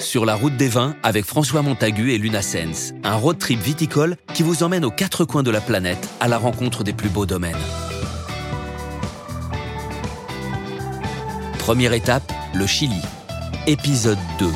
sur la route des vins avec François Montagu et Luna Sens, un road trip viticole qui vous emmène aux quatre coins de la planète à la rencontre des plus beaux domaines. Première étape, le Chili. Épisode 2.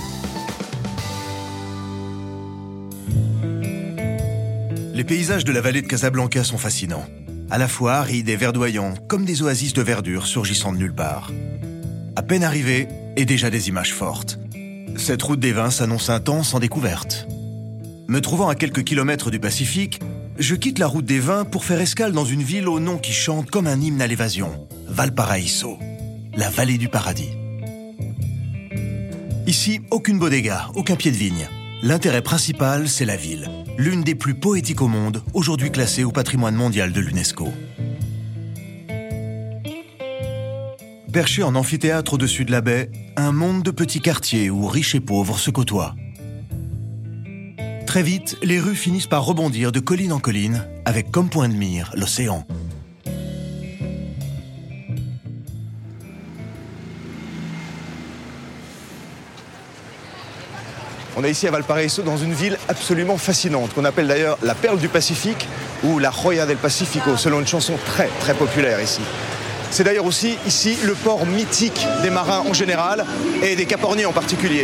Les paysages de la vallée de Casablanca sont fascinants. À la fois arides et verdoyants, comme des oasis de verdure surgissant de nulle part. À peine arrivé, et déjà des images fortes. Cette route des vins s'annonce intense en découverte. Me trouvant à quelques kilomètres du Pacifique, je quitte la route des vins pour faire escale dans une ville au nom qui chante comme un hymne à l'évasion, Valparaíso, la vallée du paradis. Ici, aucune bodega, aucun pied de vigne. L'intérêt principal, c'est la ville, l'une des plus poétiques au monde, aujourd'hui classée au patrimoine mondial de l'UNESCO. Perché en amphithéâtre au-dessus de la baie, un monde de petits quartiers où riches et pauvres se côtoient. Très vite, les rues finissent par rebondir de colline en colline, avec comme point de mire l'océan. On est ici à Valparaíso dans une ville absolument fascinante, qu'on appelle d'ailleurs la perle du Pacifique ou la Joya del Pacífico, selon une chanson très très populaire ici. C'est d'ailleurs aussi ici le port mythique des marins en général et des caporniers en particulier.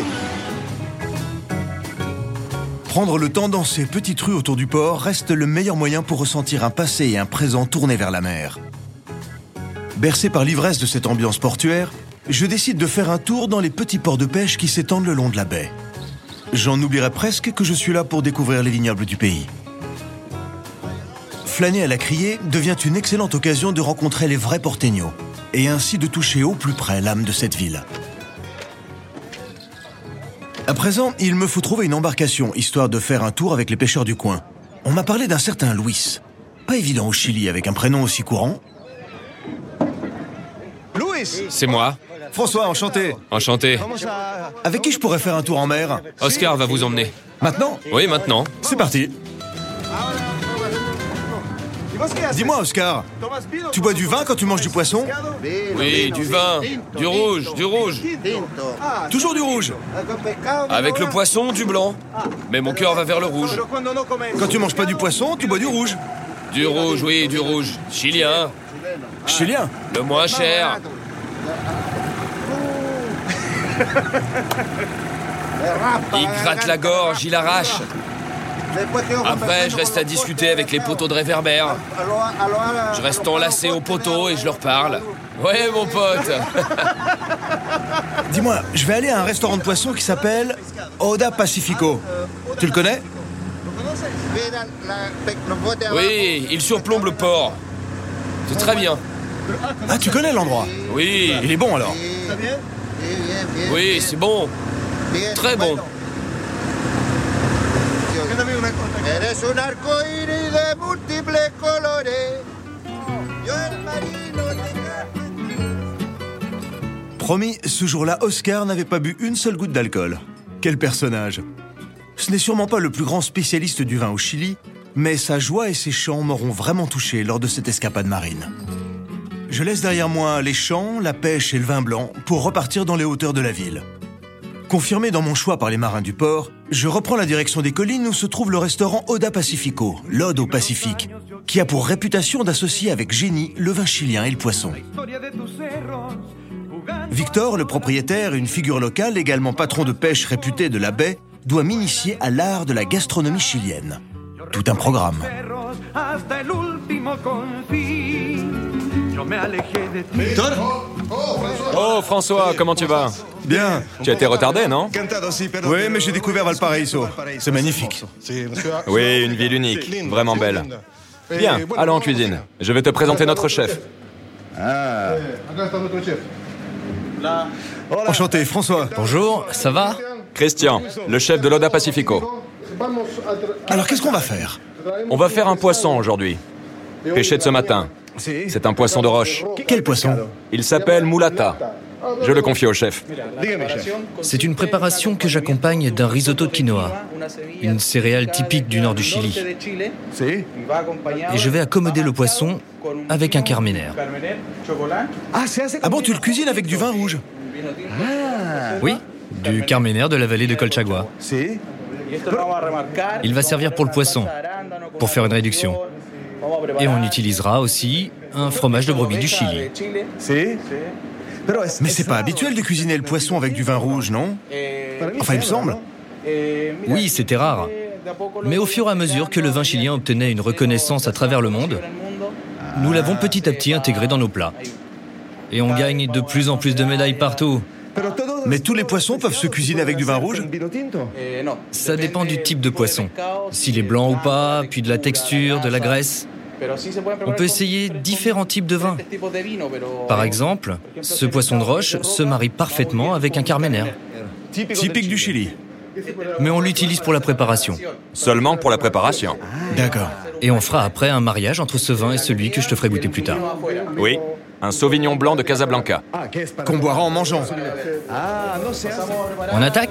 Prendre le temps dans ces petites rues autour du port reste le meilleur moyen pour ressentir un passé et un présent tournés vers la mer. Bercé par l'ivresse de cette ambiance portuaire, je décide de faire un tour dans les petits ports de pêche qui s'étendent le long de la baie. J'en oublierais presque que je suis là pour découvrir les vignobles du pays. Flâner à la criée devient une excellente occasion de rencontrer les vrais porteños et ainsi de toucher au plus près l'âme de cette ville. À présent, il me faut trouver une embarcation, histoire de faire un tour avec les pêcheurs du coin. On m'a parlé d'un certain Luis. Pas évident au Chili avec un prénom aussi courant. Luis! C'est moi. François, enchanté. Enchanté. Avec qui je pourrais faire un tour en mer? Oscar va vous emmener. Maintenant? Oui, maintenant. C'est parti. Dis-moi, Oscar, tu bois du vin quand tu manges du poisson? Oui, du vin, du rouge, du rouge. Toujours du rouge. Avec le poisson, du blanc. Mais mon cœur va vers le rouge. Quand tu manges pas du poisson, tu bois du rouge. Du rouge, oui, du rouge. Chilien, Chilien. le moins cher. Il gratte la gorge, il arrache. Après, je reste à discuter avec les poteaux de réverbère. Je reste enlacé aux poteaux et je leur parle. Ouais, mon pote. Dis-moi, je vais aller à un restaurant de poisson qui s'appelle Oda Pacifico. Tu le connais? Oui, il surplombe le port. C'est très bien. Ah, tu connais l'endroit? Oui, Il est bon alors. oui, c'est bon. Très bon. Eres un arcoíris de múltiples colores. Yo el marino te... Promis, ce jour-là, Oscar n'avait pas bu une seule goutte d'alcool. Quel personnage! Ce n'est sûrement pas le plus grand spécialiste du vin au Chili, mais sa joie et ses chants m'auront vraiment touché lors de cette escapade marine. Je laisse derrière moi les champs, la pêche et le vin blanc pour repartir dans les hauteurs de la ville. Confirmé dans mon choix par les marins du port, je reprends la direction des collines où se trouve le restaurant Oda Pacifico, l'Ode au Pacifique, qui a pour réputation d'associer avec génie le vin chilien et le poisson. Victor, le propriétaire, une figure locale, également patron de pêche réputé de la baie, doit m'initier à l'art de la gastronomie chilienne. Tout un programme. Victor? Oh, François, comment tu vas? Bien. Tu as été retardé, non? Oui, mais j'ai découvert Valparaíso. C'est magnifique. Oui, une ville unique, vraiment belle. Bien, allons en cuisine. Je vais te présenter notre chef. Enchanté, François. Bonjour, ça va? Christian, le chef de l'Oda Pacifico. Alors, qu'est-ce qu'on va faire? On va faire un poisson aujourd'hui. Pêché de ce matin. C'est un poisson de roche. Quel poisson? Il s'appelle mulata. Je le confie au chef. C'est une préparation que j'accompagne d'un risotto de quinoa, une céréale typique du nord du Chili. Et je vais accommoder le poisson avec un carménère. Ah bon, tu le cuisines avec du vin rouge? Oui, Du Carmener de la vallée de Colchagua. Il va servir pour le poisson, pour faire une réduction. Et on utilisera aussi un fromage de brebis du Chili. Mais c'est pas habituel de cuisiner le poisson avec du vin rouge, non? Enfin, il me semble. Oui, c'était rare. Mais au fur et à mesure que le vin chilien obtenait une reconnaissance à travers le monde, nous l'avons petit à petit intégré dans nos plats. Et on gagne de plus en plus de médailles partout. Mais tous les poissons peuvent se cuisiner avec du vin rouge? Ça dépend du type de poisson. S'il est blanc ou pas, puis de la texture, de la graisse. On peut essayer différents types de vins. Par exemple, ce poisson de roche se marie parfaitement avec un Carmener. Typique du Chili. Mais on l'utilise pour la préparation. Seulement pour la préparation. D'accord. Et on fera après un mariage entre ce vin et celui que je te ferai goûter plus tard. Oui, un Sauvignon blanc de Casablanca. Qu'on boira en mangeant. On attaque ?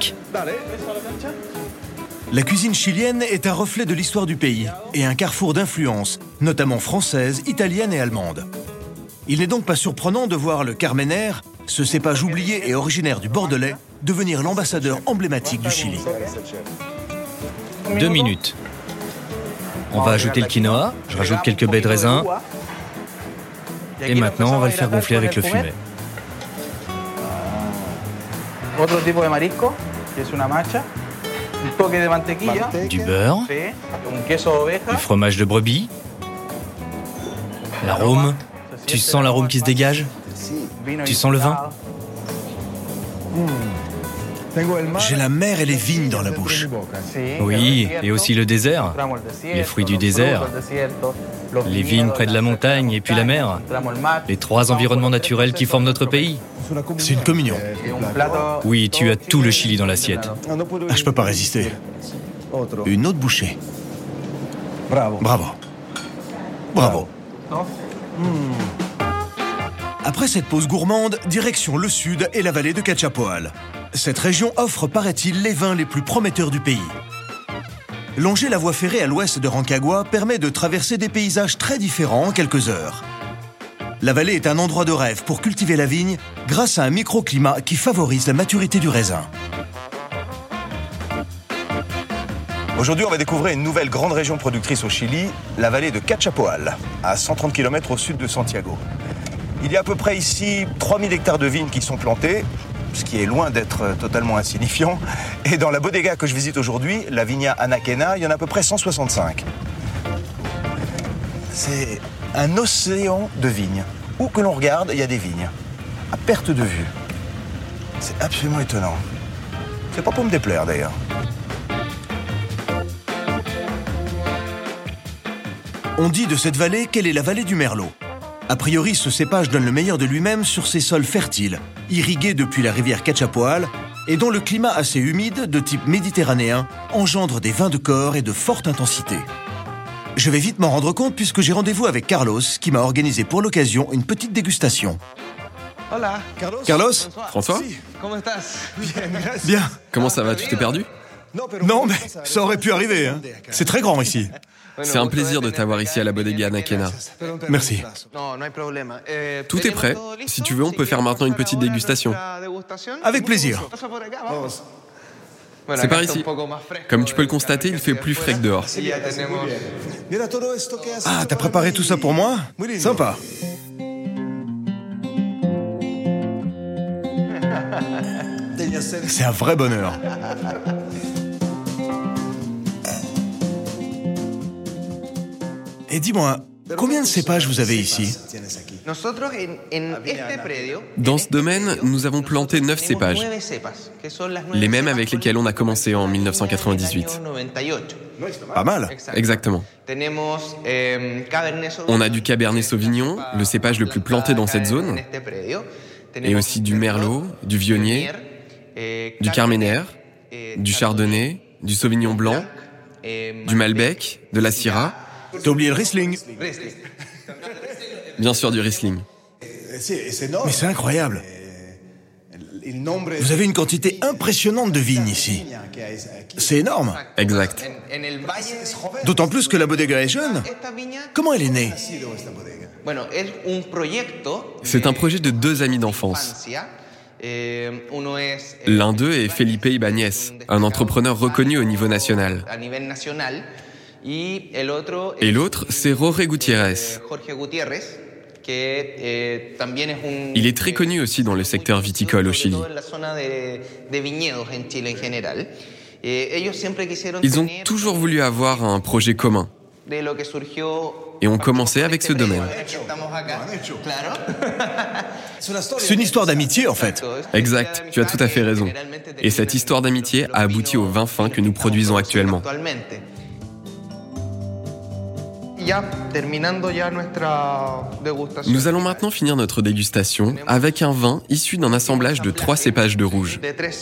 La cuisine chilienne est un reflet de l'histoire du pays et un carrefour d'influences, notamment françaises, italiennes et allemandes. Il n'est donc pas surprenant de voir le Carmener, ce cépage oublié et originaire du Bordelais, devenir l'ambassadeur emblématique du Chili. 2 minutes. On va ajouter le quinoa, je rajoute quelques baies de raisin. Et maintenant, on va le faire gonfler avec le fumet. Otro tipo de marisco, que es una macha. Un toque de mantequilla. Du beurre. Un queso d'oveja. Du fromage de brebis. L'arôme. Tu sens l'arôme qui se dégage? Tu sens le vin? J'ai la mer et les vignes dans la bouche. Oui, et aussi le désert. Les fruits du désert. Les vignes près de la montagne et puis la mer. Les 3 environnements naturels qui forment notre pays. C'est une communion. Oui, tu as tout le Chili dans l'assiette. Ah, je peux pas résister. Une autre bouchée. Bravo. Bravo. Après cette pause gourmande, direction le sud et la vallée de Cachapoal. Cette région offre, paraît-il, les vins les plus prometteurs du pays. Longer la voie ferrée à l'ouest de Rancagua permet de traverser des paysages très différents en quelques heures. La vallée est un endroit de rêve pour cultiver la vigne grâce à un microclimat qui favorise la maturité du raisin. Aujourd'hui, on va découvrir une nouvelle grande région productrice au Chili, la vallée de Cachapoal, à 130 km au sud de Santiago. Il y a à peu près ici 3000 hectares de vignes qui sont plantés, ce qui est loin d'être totalement insignifiant. Et dans la bodega que je visite aujourd'hui, la Viña Anaquena, il y en a à peu près 165. C'est un océan de vignes. Où que l'on regarde, il y a des vignes, à perte de vue. C'est absolument étonnant. C'est pas pour me déplaire d'ailleurs. On dit de cette vallée qu'elle est la vallée du Merlot. A priori, ce cépage donne le meilleur de lui-même sur ses sols fertiles, irrigués depuis la rivière Cachapoal, et dont le climat assez humide, de type méditerranéen, engendre des vins de corps et de forte intensité. Je vais vite m'en rendre compte puisque j'ai rendez-vous avec Carlos, qui m'a organisé pour l'occasion une petite dégustation. Hola, Carlos? François? ¿Cómo estás? Bien. Comment ça va? Tu t'es perdu? Non, mais ça aurait pu arriver, hein. C'est très grand ici. C'est un plaisir de t'avoir ici à la bodega Anaquena. Merci. Tout est prêt. Si tu veux, on peut faire maintenant une petite dégustation. Avec plaisir. C'est par ici. Comme tu peux le constater, il fait plus frais que dehors. Ah, t'as préparé tout ça pour moi? Sympa. C'est un vrai bonheur. Et dis-moi, combien de cépages vous avez ici? Dans ce domaine, nous avons planté 9 cépages. Les mêmes avec lesquels on a commencé en 1998. Pas mal. Exactement. On a du Cabernet Sauvignon, le cépage le plus planté dans cette zone, et aussi du Merlot, du Viognier, du Carmener, du Chardonnay, du Sauvignon blanc, du Malbec, de la Syrah. T'as oublié le Riesling. Bien sûr, du Riesling. Mais c'est incroyable. Vous avez une quantité impressionnante de vignes ici. C'est énorme. Exact. D'autant plus que la bodega est jeune. Comment elle est née? C'est un projet de 2 amis d'enfance. L'un d'eux est Felipe Ibáñez, un entrepreneur reconnu au niveau national. Et l'autre, c'est Jorge Gutiérrez. Il est très connu aussi dans le secteur viticole au Chili. Ils ont toujours voulu avoir un projet commun. Et ont commencé avec ce domaine. C'est une histoire d'amitié, en fait. Exact, tu as tout à fait raison. Et cette histoire d'amitié a abouti au vin fin que nous produisons actuellement. Nous allons maintenant finir notre dégustation avec un vin issu d'un assemblage de 3 cépages de rouge.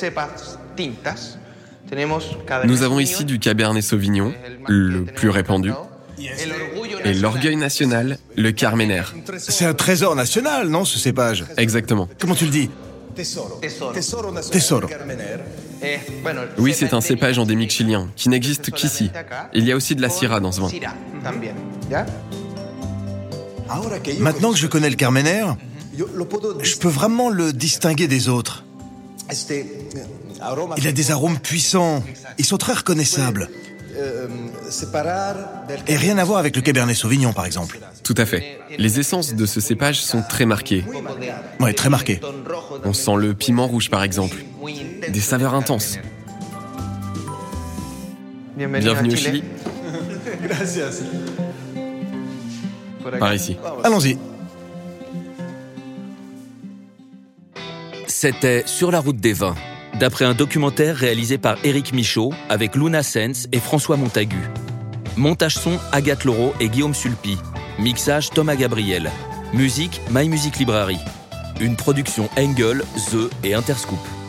Nous avons ici du Cabernet Sauvignon, le plus répandu, et l'orgueil national, le Carmener. C'est un trésor national, non, ce cépage? Exactement. Comment tu le dis? Tesoro. Oui, c'est un cépage endémique chilien, qui n'existe qu'ici. Il y a aussi de la Syrah dans ce vin. Maintenant que je connais le Carmener, je peux vraiment le distinguer des autres. Il a des arômes puissants. Ils sont très reconnaissables. Et rien à voir avec le Cabernet Sauvignon, par exemple. Tout à fait. Les essences de ce cépage sont très marquées. Oui, très marquées. On sent le piment rouge, par exemple. Des saveurs intenses. Bienvenue au Chili. Par ici. Allons-y. C'était Sur la route des vins, d'après un documentaire réalisé par Éric Michaud avec Luna Sens et François Montagu. Montage son, Agathe Laureau et Guillaume Sulpi. Mixage, Thomas Gabriel. Musique, My Music Library. Une production Engel, The et Interscoop.